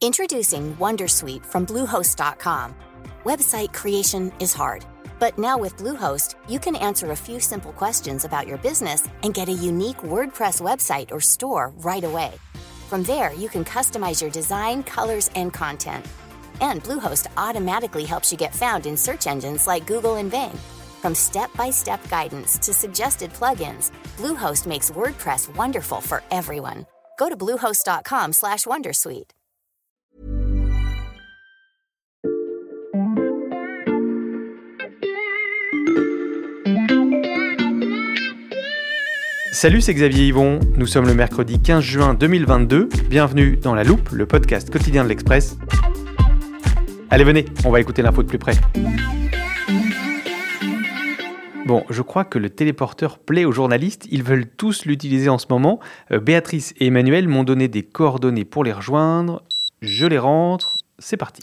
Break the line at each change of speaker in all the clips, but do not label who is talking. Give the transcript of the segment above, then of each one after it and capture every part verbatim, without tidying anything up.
Introducing Wondersuite from Bluehost dot com. Website creation is hard, but now with Bluehost, you can answer a few simple questions about your business and get a unique WordPress website or store right away. From there, you can customize your design, colors, and content. And Bluehost automatically helps you get found in search engines like Google and Bing. From step-by-step guidance to suggested plugins, Bluehost makes WordPress wonderful for everyone. Go to bluehost dot com slash wondersuite.
Salut, c'est Xavier Yvon. Nous sommes le mercredi quinze juin deux mille vingt-deux. Bienvenue dans La Loupe, le podcast quotidien de l'Express. Allez, venez, on va écouter l'info de plus près. Bon, je crois que le téléporteur plaît aux journalistes. Ils veulent tous l'utiliser en ce moment. Euh, Béatrice et Emmanuel m'ont donné des coordonnées pour les rejoindre. Je les rentre. C'est parti.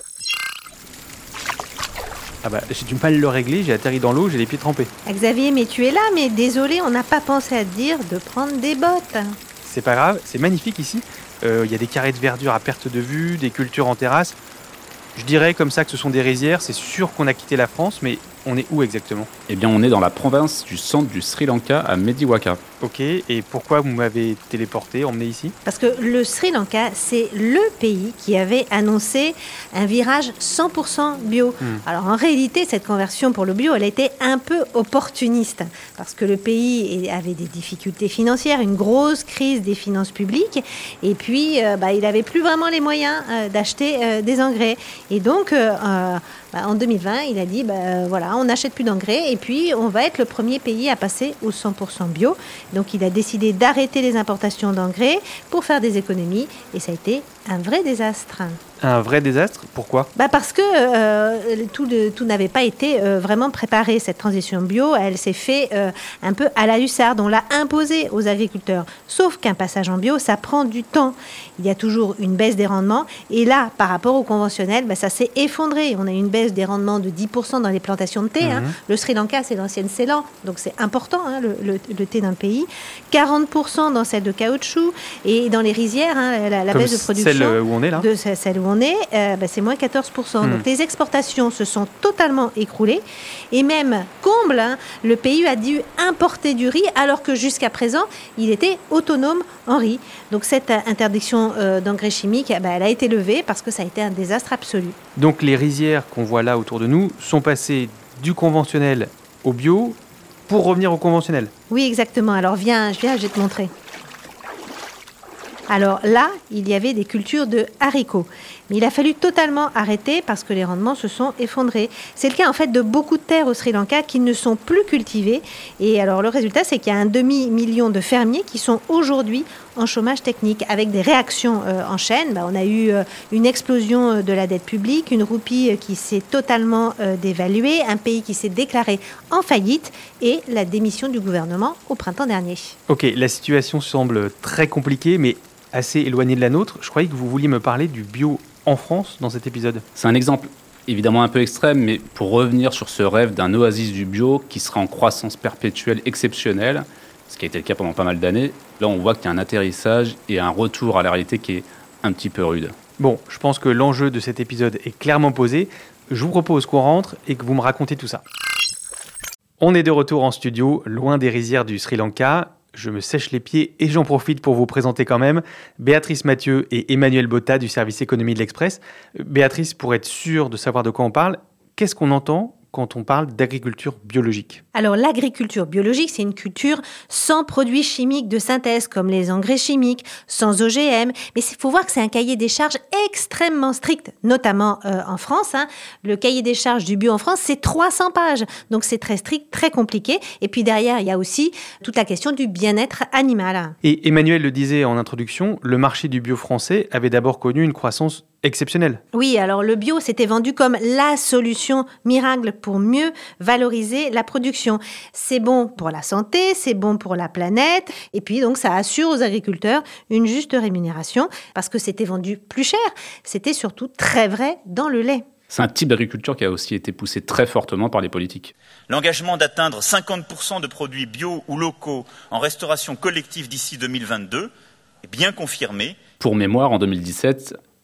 Ah bah, j'ai du mal à le régler, j'ai atterri dans l'eau, j'ai les pieds trempés.
Xavier, mais tu es là, mais désolé, on n'a pas pensé à te dire de prendre des bottes.
C'est pas grave, c'est magnifique ici. Il euh, y a des carrés de verdure à perte de vue, des cultures en terrasse. Je dirais comme ça que ce sont des rizières, c'est sûr qu'on a quitté la France, mais on est où exactement ?
Eh bien, on est dans la province du centre du Sri Lanka, à Mediwaka.
Ok, et pourquoi vous m'avez téléporté, emmené ici ?
Parce que le Sri Lanka, c'est le pays qui avait annoncé un virage cent pour cent bio. Hmm. Alors en réalité, cette conversion pour le bio, elle était un peu opportuniste, parce que le pays avait des difficultés financières, une grosse crise des finances publiques, et puis euh, bah, il n'avait plus vraiment les moyens euh, d'acheter euh, des engrais. Et donc, euh, euh, bah, en deux mille vingt, il a dit, bah, euh, voilà, on n'achète plus d'engrais, et puis on va être le premier pays à passer au cent pour cent bio. Donc il a décidé d'arrêter les importations d'engrais pour faire des économies, et ça a été un vrai désastre.
Un vrai désastre ? Pourquoi ?
Bah parce que euh, tout, de, tout n'avait pas été euh, vraiment préparé. Cette transition bio, elle s'est faite euh, un peu à la hussarde. On l'a imposée aux agriculteurs. Sauf qu'un passage en bio, ça prend du temps. Il y a toujours une baisse des rendements. Et là, par rapport au conventionnel, bah, ça s'est effondré. On a eu une baisse des rendements de dix pour cent dans les plantations de thé. Mmh. Hein. Le Sri Lanka, c'est l'ancienne Ceylan. Donc c'est important, hein, le, le, le thé d'un pays. quarante pour cent dans celle de caoutchouc. Et dans les rizières, hein, la, la baisse de production.
Celle où on est là
de celle où on est, euh, bah, c'est moins quatorze pour cent. Mmh. Donc les exportations se sont totalement écroulées. Et même, comble, hein, le pays a dû importer du riz alors que jusqu'à présent, il était autonome en riz. Donc cette interdiction euh, d'engrais chimiques, bah, elle a été levée parce que ça a été un désastre absolu.
Donc les rizières qu'on voit là autour de nous sont passées du conventionnel au bio pour revenir au conventionnel.
Oui, exactement. Alors viens, viens, je vais te montrer. Alors là, il y avait des cultures de haricots. Mais il a fallu totalement arrêter parce que les rendements se sont effondrés. C'est le cas en fait de beaucoup de terres au Sri Lanka qui ne sont plus cultivées. Et alors le résultat, c'est qu'il y a un demi-million de fermiers qui sont aujourd'hui en chômage technique avec des réactions euh, en chaîne. Bah, on a eu euh, une explosion de la dette publique, une roupie qui s'est totalement euh, dévaluée, un pays qui s'est déclaré en faillite et la démission du gouvernement au printemps dernier.
Ok, la situation semble très compliquée, mais assez éloignée de la nôtre. Je croyais que vous vouliez me parler du bio en France dans cet épisode.
C'est un exemple évidemment un peu extrême, mais pour revenir sur ce rêve d'un oasis du bio qui sera en croissance perpétuelle exceptionnelle, ce qui a été le cas pendant pas mal d'années, là on voit qu'il y a un atterrissage et un retour à la réalité qui est un petit peu rude.
Bon, je pense que l'enjeu de cet épisode est clairement posé. Je vous propose qu'on rentre et que vous me racontiez tout ça. On est de retour en studio, loin des rizières du Sri Lanka. Je me sèche les pieds et j'en profite pour vous présenter quand même Béatrice Mathieu et Emmanuel Botta du service économie de l'Express. Béatrice, pour être sûre de savoir de quoi on parle, qu'est-ce qu'on entend quand on parle d'agriculture biologique ?
Alors l'agriculture biologique, c'est une culture sans produits chimiques de synthèse comme les engrais chimiques, sans O G M. Mais il faut voir que c'est un cahier des charges extrêmement strict, notamment euh, en France. Hein. Le cahier des charges du bio en France, c'est trois cents pages. Donc c'est très strict, très compliqué. Et puis derrière, il y a aussi toute la question du bien-être animal.
Et Emmanuel le disait en introduction, le marché du bio français avait d'abord connu une croissance exceptionnelle.
Oui, alors le bio s'était vendu comme la solution miracle pour mieux valoriser la production. C'est bon pour la santé, c'est bon pour la planète, et puis donc ça assure aux agriculteurs une juste rémunération parce que c'était vendu plus cher. C'était surtout très vrai dans le lait.
C'est un type d'agriculture qui a aussi été poussé très fortement par les politiques.
L'engagement d'atteindre cinquante pour cent de produits bio ou locaux en restauration collective d'ici deux mille vingt-deux est bien confirmé.
Pour mémoire, en deux mille dix-sept,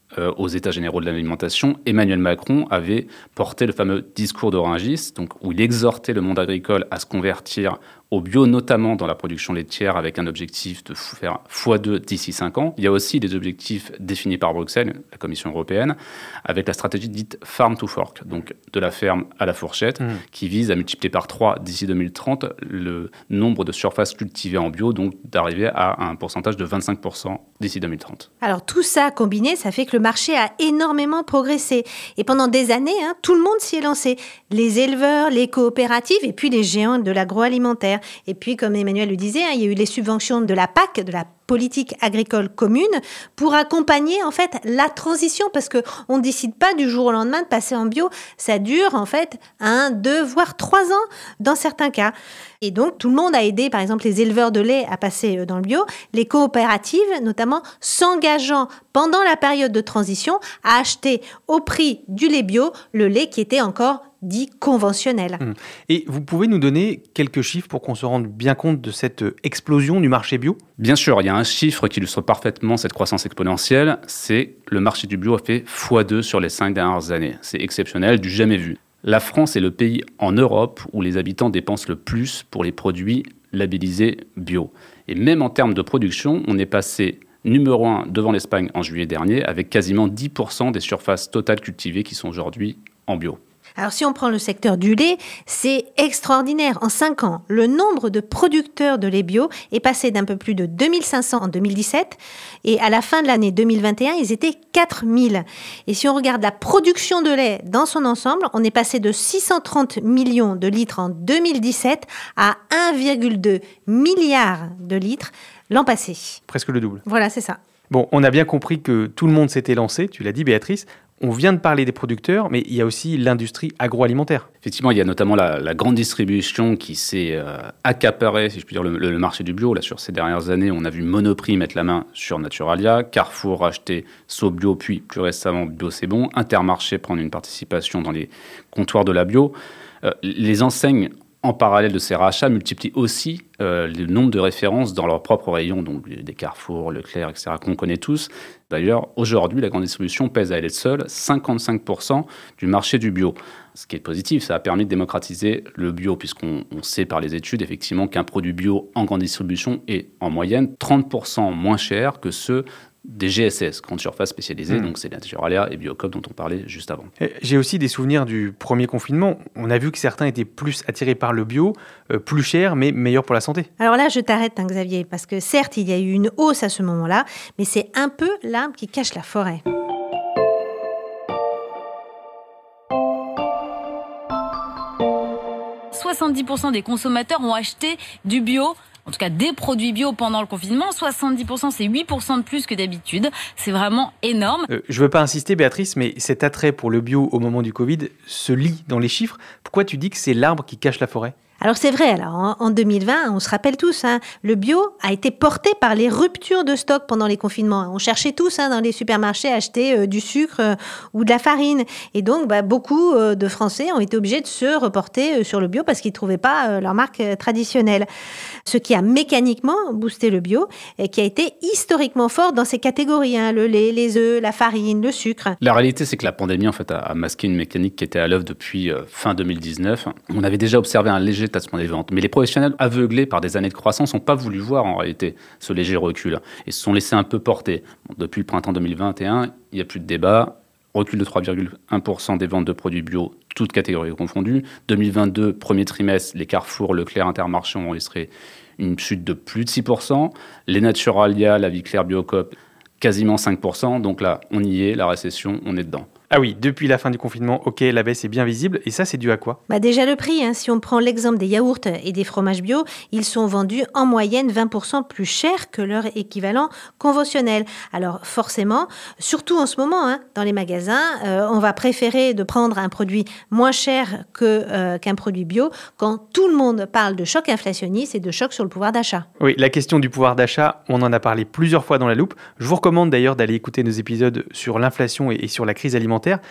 euh, aux États généraux de l'alimentation, Emmanuel Macron avait porté le fameux discours d'orangiste, donc, où il exhortait le monde agricole à se convertir au bio, notamment dans la production laitière, avec un objectif de faire fois deux d'ici cinq ans. Il y a aussi des objectifs définis par Bruxelles, la Commission européenne, avec la stratégie dite Farm to Fork, donc de la ferme à la fourchette, mmh. qui vise à multiplier par trois d'ici deux mille trente le nombre de surfaces cultivées en bio, donc d'arriver à un pourcentage de vingt-cinq pour cent d'ici deux mille trente.
Alors tout ça combiné, ça fait que le marché a énormément progressé. Et pendant des années, hein, tout le monde s'y est lancé. Les éleveurs, les coopératives et puis les géants de l'agroalimentaire. Et puis, comme Emmanuel le disait, hein, il y a eu les subventions de la P A C, de la politique agricole commune, pour accompagner en fait la transition, parce que on ne décide pas du jour au lendemain de passer en bio. Ça dure en fait un, deux, voire trois ans dans certains cas. Et donc, tout le monde a aidé, par exemple, les éleveurs de lait à passer dans le bio, les coopératives, notamment, s'engageant pendant la période de transition à acheter au prix du lait bio le lait qui était encore dit conventionnel.
Et vous pouvez nous donner quelques chiffres pour qu'on se rende bien compte de cette explosion du marché bio ?
Bien sûr, il y a un chiffre qui illustre parfaitement cette croissance exponentielle, c'est le marché du bio a fait fois deux sur les cinq dernières années. C'est exceptionnel, du jamais vu. La France est le pays en Europe où les habitants dépensent le plus pour les produits labellisés bio. Et même en termes de production, on est passé numéro un devant l'Espagne en juillet dernier, avec quasiment dix pour cent des surfaces totales cultivées qui sont aujourd'hui en bio.
Alors, si on prend le secteur du lait, c'est extraordinaire. En cinq ans, le nombre de producteurs de lait bio est passé d'un peu plus de deux mille cinq cents en deux mille dix-sept. Et à la fin de l'année deux mille vingt et un, ils étaient quatre mille. Et si on regarde la production de lait dans son ensemble, on est passé de six cent trente millions de litres en deux mille dix-sept à un virgule deux milliard de litres l'an passé.
Presque le double.
Voilà, c'est ça.
Bon, on a bien compris que tout le monde s'était lancé, tu l'as dit Béatrice. On vient de parler des producteurs, mais il y a aussi l'industrie agroalimentaire.
Effectivement, il y a notamment la, la grande distribution qui s'est euh, accaparée, si je puis dire, le, le marché du bio. Là, sur ces dernières années, on a vu Monoprix mettre la main sur Naturalia, Carrefour racheter SoBio, puis plus récemment Bio C'est Bon, Intermarché prendre une participation dans les comptoirs de la bio. Euh, les enseignes, en parallèle de ces rachats, multiplient aussi euh, le nombre de références dans leurs propres rayons, donc des Carrefour, Leclerc, et cetera, qu'on connaît tous. D'ailleurs, aujourd'hui, la grande distribution pèse à elle seule cinquante-cinq pour cent du marché du bio. Ce qui est positif, ça a permis de démocratiser le bio, puisqu'on on sait par les études, effectivement, qu'un produit bio en grande distribution est, en moyenne, trente pour cent moins cher que ceux des G S S, grandes surfaces spécialisées, mmh. donc c'est Naturalia et Biocoop dont on parlait juste avant.
J'ai aussi des souvenirs du premier confinement. On a vu que certains étaient plus attirés par le bio, euh, plus cher, mais meilleur pour la santé.
Alors là, je t'arrête, hein, Xavier, parce que certes, il y a eu une hausse à ce moment-là, mais c'est un peu l'arbre qui cache la forêt.
soixante-dix pour cent des consommateurs ont acheté du bio, en tout cas des produits bio pendant le confinement. soixante-dix pour cent, c'est huit pour cent de plus que d'habitude. C'est vraiment énorme.
Euh, je ne veux pas insister, Béatrice, mais cet attrait pour le bio au moment du Covid se lit dans les chiffres. Pourquoi tu dis que c'est l'arbre qui cache la forêt ?
Alors c'est vrai, alors en, en deux mille vingt, on se rappelle tous, hein, le bio a été porté par les ruptures de stock pendant les confinements. On cherchait tous hein, dans les supermarchés à acheter euh, du sucre euh, ou de la farine. Et donc bah, beaucoup euh, de Français ont été obligés de se reporter euh, sur le bio parce qu'ils ne trouvaient pas euh, leur marque euh, traditionnelle. Ce qui a mécaniquement boosté le bio et qui a été historiquement fort dans ces catégories, hein, le lait, les œufs, la farine, le sucre.
La réalité, c'est que la pandémie en fait, a, a masqué une mécanique qui était à l'œuvre depuis euh, fin deux mille dix-neuf. On avait déjà observé un léger tassement des ventes. Mais les professionnels aveuglés par des années de croissance n'ont pas voulu voir en réalité ce léger recul et se sont laissés un peu porter. Bon, depuis le printemps deux mille vingt et un, il n'y a plus de débat. Recul de trois virgule un pour cent des ventes de produits bio, toutes catégories confondues. deux mille vingt-deux, premier trimestre, les Carrefour, Leclerc, Intermarché ont enregistré une chute de plus de six pour cent. Les Naturalia, la Vie Claire, Biocoop, quasiment cinq pour cent. Donc là, on y est, la récession, on est dedans.
Ah oui, depuis la fin du confinement, ok, la baisse est bien visible. Et ça, c'est dû à quoi ?
Bah déjà le prix, hein. Si on prend l'exemple des yaourts et des fromages bio, ils sont vendus en moyenne vingt pour cent plus cher que leur équivalent conventionnel. Alors forcément, surtout en ce moment, hein, dans les magasins, euh, on va préférer de prendre un produit moins cher que, euh, qu'un produit bio quand tout le monde parle de choc inflationniste et de choc sur le pouvoir d'achat.
Oui, la question du pouvoir d'achat, on en a parlé plusieurs fois dans la loupe. Je vous recommande d'ailleurs d'aller écouter nos épisodes sur l'inflation et, et sur la crise alimentaire.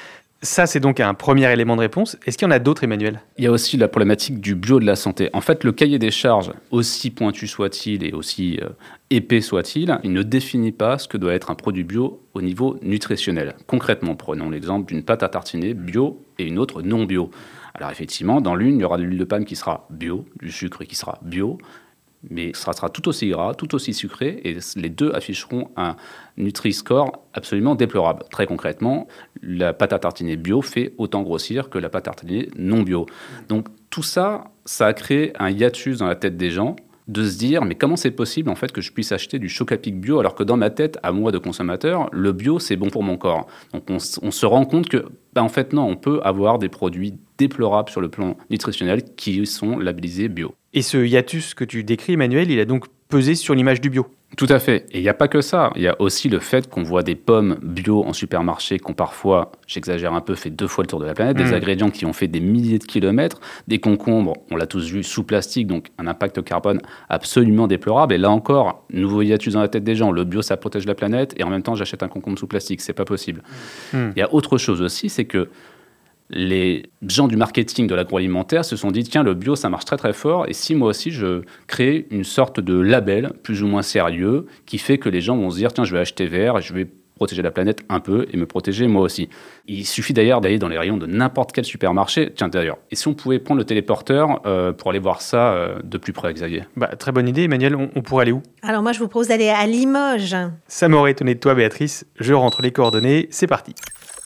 Ça, c'est donc un premier élément de réponse. Est-ce qu'il y en a d'autres, Emmanuel ?
Il y a aussi la problématique du bio de la santé. En fait, le cahier des charges, aussi pointu soit-il et aussi euh, épais soit-il, il ne définit pas ce que doit être un produit bio au niveau nutritionnel. Concrètement, prenons l'exemple d'une pâte à tartiner bio et une autre non bio. Alors effectivement, dans l'une, il y aura de l'huile de palme qui sera bio, du sucre qui sera bio, mais ça sera tout aussi gras, tout aussi sucré, et les deux afficheront un Nutri-Score absolument déplorable. Très concrètement, la pâte à tartiner bio fait autant grossir que la pâte à tartiner non bio. Donc tout ça, ça a créé un hiatus dans la tête des gens, de se dire, mais comment c'est possible en fait que je puisse acheter du Choc-à-Pic bio alors que dans ma tête, à moi de consommateur, le bio c'est bon pour mon corps. Donc on, on se rend compte que, bah, en fait non, on peut avoir des produits déplorables sur le plan nutritionnel qui sont labellisés bio.
Et ce hiatus que tu décris, Emmanuel, il a donc pesé sur l'image du bio.
Tout à fait. Et il n'y a pas que ça. Il y a aussi le fait qu'on voit des pommes bio en supermarché qui ont parfois, j'exagère un peu, fait deux fois le tour de la planète, mmh. des ingrédients qui ont fait des milliers de kilomètres, des concombres, on l'a tous vu, sous plastique, donc un impact carbone absolument déplorable. Et là encore, nouveau hiatus dans la tête des gens. Le bio, ça protège la planète et en même temps, j'achète un concombre sous plastique. C'est pas possible. Mmh. Il y a autre chose aussi, c'est que les gens du marketing de l'agroalimentaire se sont dit, tiens, le bio, ça marche très très fort, et si moi aussi je crée une sorte de label plus ou moins sérieux qui fait que les gens vont se dire, tiens, je vais acheter vert, je vais protéger la planète un peu et me protéger moi aussi. Il suffit d'ailleurs d'aller dans les rayons de n'importe quel supermarché. Tiens, d'ailleurs, et si on pouvait prendre le téléporteur euh, pour aller voir ça euh, de plus près, Xavier ?
Bah, très bonne idée, Emmanuel. On, on pourrait aller où ?
Alors moi, je vous propose d'aller à Limoges.
Ça m'aurait étonné de toi, Béatrice. Je rentre les coordonnées. C'est parti.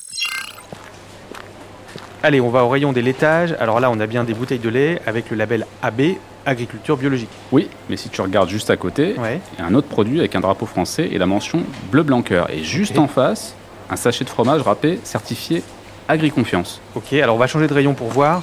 Allez, on va au rayon des laitages. Alors là, on a bien des bouteilles de lait avec le label A B, agriculture biologique.
Oui, mais si tu regardes juste à côté,
ouais.
il y a un autre produit avec un drapeau français et la mention bleu blanc cœur. Et juste okay. en face, un sachet de fromage râpé certifié Agri-Confiance.
Ok, alors on va changer de rayon pour voir.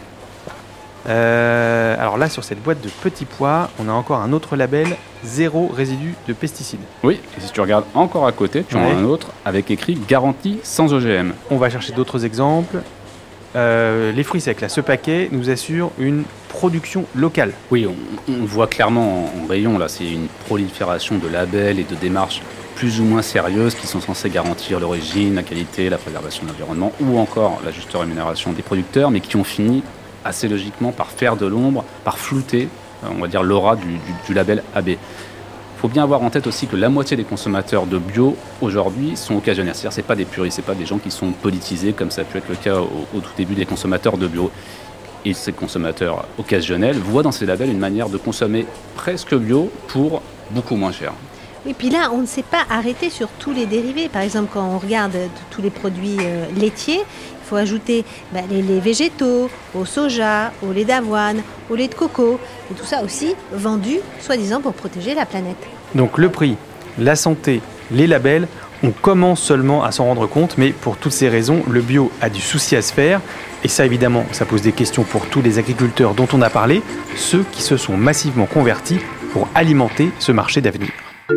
Euh, alors là, sur cette boîte de petits pois, on a encore un autre label, zéro résidu de pesticides.
Oui, et si tu regardes encore à côté, tu ouais. en as un autre avec écrit garantie sans O G M.
On va chercher d'autres exemples. Euh, les fruits secs, là, ce paquet nous assure une production locale.
Oui, on, on voit clairement en, en rayon, là, c'est une prolifération de labels et de démarches plus ou moins sérieuses qui sont censées garantir l'origine, la qualité, la préservation de l'environnement ou encore la juste rémunération des producteurs, mais qui ont fini assez logiquement par faire de l'ombre, par flouter, on va dire, l'aura du, du, du label A B. Il faut bien avoir en tête aussi que la moitié des consommateurs de bio aujourd'hui sont occasionnaires. C'est-à-dire, ce n'est pas des puristes, ce n'est pas des gens qui sont politisés comme ça a pu être le cas au, au tout début des consommateurs de bio. Et ces consommateurs occasionnels voient dans ces labels une manière de consommer presque bio pour beaucoup moins cher.
Et puis là, on ne s'est pas arrêté sur tous les dérivés. Par exemple, quand on regarde tous les produits euh, laitiers, il faut ajouter bah, les laits végétaux, au soja, au lait d'avoine, au lait de coco. Et tout ça aussi vendu, soi-disant, pour protéger la planète.
Donc le prix, la santé, les labels, on commence seulement à s'en rendre compte. Mais pour toutes ces raisons, le bio a du souci à se faire. Et ça, évidemment, ça pose des questions pour tous les agriculteurs dont on a parlé, ceux qui se sont massivement convertis pour alimenter ce marché d'avenir.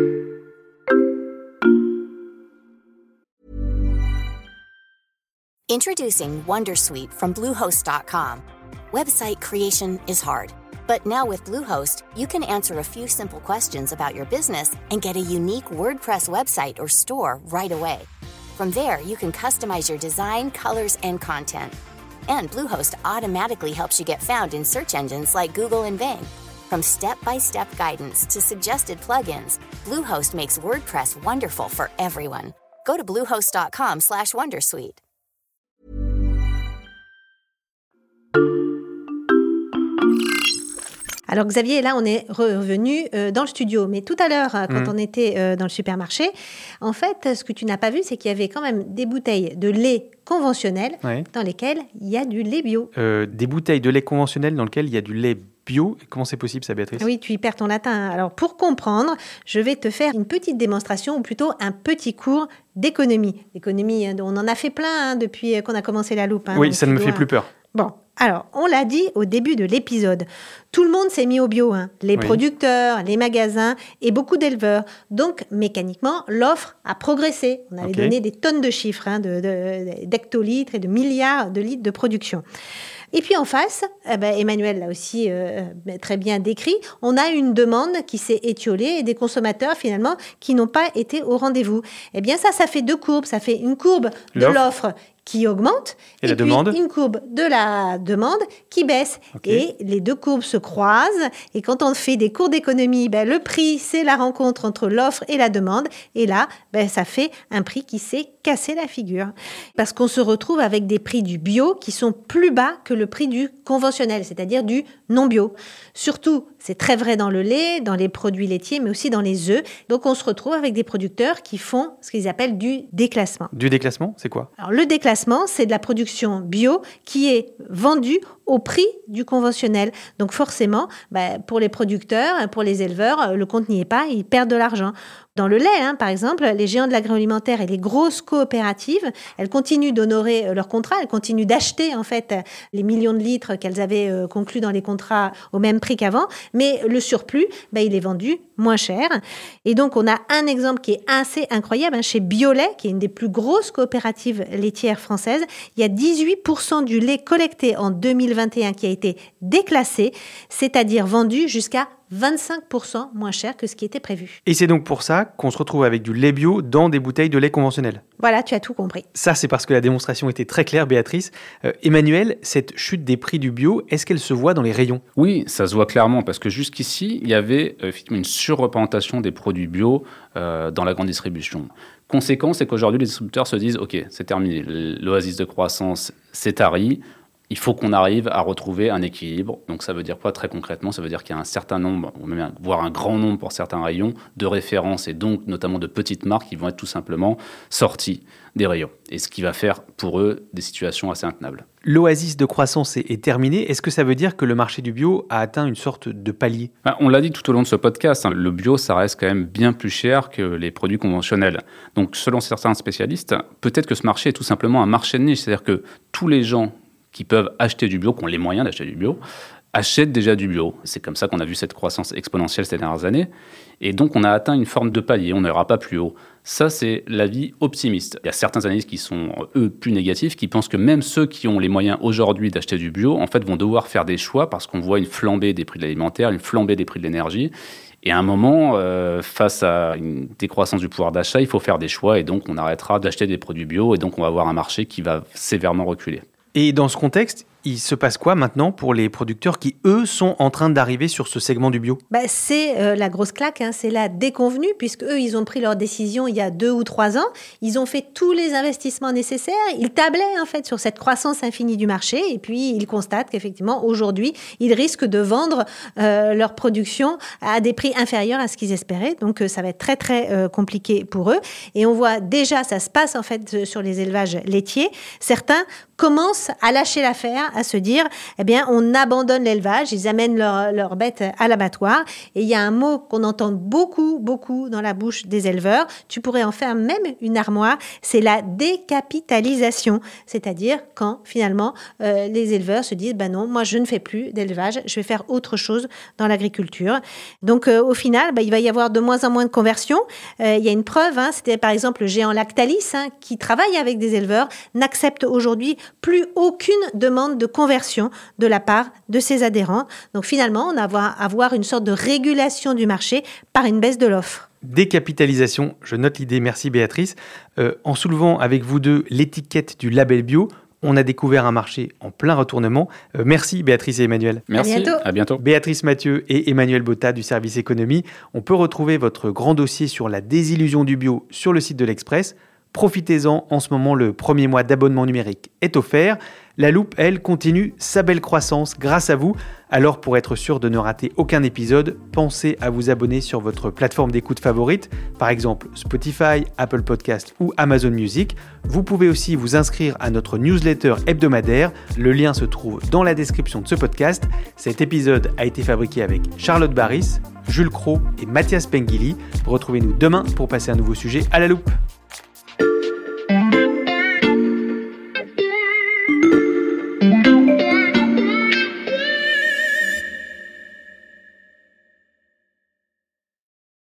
Introducing Wondersuite from Bluehost dot com. Website creation is hard, but now with Bluehost, you can answer a few simple questions about your business and get a unique WordPress website or store right away. From there, you can customize your design, colors, and content. And Bluehost automatically helps you get found in search engines like Google and Bing. From step-by-step guidance to suggested plugins, Bluehost makes WordPress wonderful for everyone. Go to bluehost dot com slash wondersuite.
Alors Xavier, là on est revenu euh, dans le studio, mais tout à l'heure, quand mmh. on était euh, dans le supermarché, en fait, ce que tu n'as pas vu, c'est qu'il y avait quand même des bouteilles de lait conventionnel ouais. dans lesquelles il y a du lait bio.
Euh, des bouteilles de lait conventionnel dans lesquelles il y a du lait bio. Comment c'est possible ça, Béatrice ?
Oui, tu y perds ton latin. Alors pour comprendre, je vais te faire une petite démonstration, ou plutôt un petit cours d'économie. L'économie, on en a fait plein hein, depuis qu'on a commencé la loupe. Hein,
oui, ça ne me fait plus peur.
Bon, alors, on l'a dit au début de l'épisode, tout le monde s'est mis au bio, hein. les oui. producteurs, les magasins et beaucoup d'éleveurs. Donc, mécaniquement, l'offre a progressé. On avait okay. donné des tonnes de chiffres, hein, de, de, d'hectolitres et de milliards de litres de production. Et puis en face, eh ben Emmanuel l'a aussi euh, très bien décrit, on a une demande qui s'est étiolée et des consommateurs finalement qui n'ont pas été au rendez-vous. Eh bien ça, ça fait deux courbes. Ça fait une courbe de l'offre, l'offre qui augmente
et,
et
la
puis
demande
une courbe de la demande qui baisse. Okay. Et les deux courbes se croisent. Et quand on fait des cours d'économie, ben, le prix, c'est la rencontre entre l'offre et la demande. Et là, ben, ça fait un prix qui s'est cassé la figure. Parce qu'on se retrouve avec des prix du bio qui sont plus bas que le prix du conventionnel, c'est-à-dire du non-bio. Surtout, c'est très vrai dans le lait, dans les produits laitiers, mais aussi dans les œufs. Donc, on se retrouve avec des producteurs qui font ce qu'ils appellent du déclassement.
Du déclassement, c'est quoi ?
Alors, le déclassement, c'est de la production bio qui est vendue au prix du conventionnel. Donc, forcément, bah, pour les producteurs, pour les éleveurs, le compte n'y est pas, ils perdent de l'argent. Dans le lait, hein, par exemple, les géants de l'agroalimentaire et les grosses coopératives, elles continuent d'honorer leurs contrats, elles continuent d'acheter en fait les millions de litres qu'elles avaient euh, conclus dans les contrats au même prix qu'avant, mais le surplus, bah, il est vendu moins cher. Et donc, on a un exemple qui est assez incroyable, hein, chez Biolait, qui est une des plus grosses coopératives laitières françaises, il y a dix-huit pour cent du lait collecté en deux mille vingt et un qui a été déclassé, c'est-à-dire vendu jusqu'à vingt-cinq pour cent moins cher que ce qui était prévu.
Et c'est donc pour ça qu'on se retrouve avec du lait bio dans des bouteilles de lait conventionnel.
Voilà, tu as tout compris.
Ça, c'est parce que la démonstration était très claire, Béatrice. Euh, Emmanuel, cette chute des prix du bio, est-ce qu'elle se voit dans les rayons ?
Oui, ça se voit clairement, parce que jusqu'ici, il y avait euh, effectivement une surreprésentation des produits bio euh, dans la grande distribution. Conséquence, c'est qu'aujourd'hui, les distributeurs se disent « Ok, c'est terminé, l'oasis de croissance, c'est tari ». Il faut qu'on arrive à retrouver un équilibre. Donc ça veut dire quoi très concrètement ? Ça veut dire qu'il y a un certain nombre, ou même voire un grand nombre pour certains rayons, de références et donc notamment de petites marques qui vont être tout simplement sorties des rayons. Et ce qui va faire pour eux des situations assez intenables.
L'oasis de croissance est, est terminée. Est-ce que ça veut dire que le marché du bio a atteint une sorte de palier ?
On l'a dit tout au long de ce podcast, hein, le bio, ça reste quand même bien plus cher que les produits conventionnels. Donc selon certains spécialistes, peut-être que ce marché est tout simplement un marché de niche. C'est-à-dire que tous les gens qui peuvent acheter du bio, qui ont les moyens d'acheter du bio, achètent déjà du bio. C'est comme ça qu'on a vu cette croissance exponentielle ces dernières années. Et donc, on a atteint une forme de palier, on n'ira pas plus haut. Ça, c'est l'avis optimiste. Il y a certains analystes qui sont, eux, plus négatifs, qui pensent que même ceux qui ont les moyens aujourd'hui d'acheter du bio, en fait, vont devoir faire des choix parce qu'on voit une flambée des prix de l'alimentaire, une flambée des prix de l'énergie. Et à un moment, euh, face à une décroissance du pouvoir d'achat, il faut faire des choix et donc on arrêtera d'acheter des produits bio et donc on va avoir un marché qui va sévèrement reculer.
Et dans ce contexte, il se passe quoi maintenant pour les producteurs qui, eux, sont en train d'arriver sur ce segment du bio ?
Bah, c'est euh, la grosse claque, hein, c'est la déconvenue, puisque eux, ils ont pris leur décision il y a deux ou trois ans. Ils ont fait tous les investissements nécessaires. Ils tablaient en fait sur cette croissance infinie du marché, et puis ils constatent qu'effectivement, aujourd'hui, ils risquent de vendre euh, leur production à des prix inférieurs à ce qu'ils espéraient. Donc, euh, ça va être très très euh, compliqué pour eux. Et on voit déjà, ça se passe en fait sur les élevages laitiers. Certains commencent à lâcher l'affaire, à se dire, eh bien, on abandonne l'élevage, ils amènent leurs leur bêtes à l'abattoir. Et il y a un mot qu'on entend beaucoup, beaucoup dans la bouche des éleveurs. Tu pourrais en faire même une armoire. C'est la décapitalisation. C'est-à-dire quand, finalement, euh, les éleveurs se disent, ben non, moi, je ne fais plus d'élevage, je vais faire autre chose dans l'agriculture. Donc, euh, au final, bah, il va y avoir de moins en moins de conversions. Euh, il y a une preuve, hein, c'était par exemple le géant Lactalis, hein, qui travaille avec des éleveurs, n'accepte aujourd'hui plus aucune demande de conversion de la part de ses adhérents. Donc finalement, on va avoir une sorte de régulation du marché par une baisse de l'offre.
Décapitalisation, je note l'idée, merci Béatrice. Euh, en soulevant avec vous deux l'étiquette du label bio, on a découvert un marché en plein retournement. Euh, merci Béatrice et Emmanuel.
Merci,
à bientôt.
À bientôt.
Béatrice Mathieu et Emmanuel Botta du service économie. On peut retrouver votre grand dossier sur la désillusion du bio sur le site de l'Express. Profitez-en, en ce moment, le premier mois d'abonnement numérique est offert. La Loupe, elle, continue sa belle croissance grâce à vous. Alors, pour être sûr de ne rater aucun épisode, pensez à vous abonner sur votre plateforme d'écoute favorite, par exemple Spotify, Apple Podcast ou Amazon Music. Vous pouvez aussi vous inscrire à notre newsletter hebdomadaire. Le lien se trouve dans la description de ce podcast. Cet épisode a été fabriqué avec Charlotte Baris, Jules Cros et Mathias Pengili. Retrouvez-nous demain pour passer un nouveau sujet à la loupe.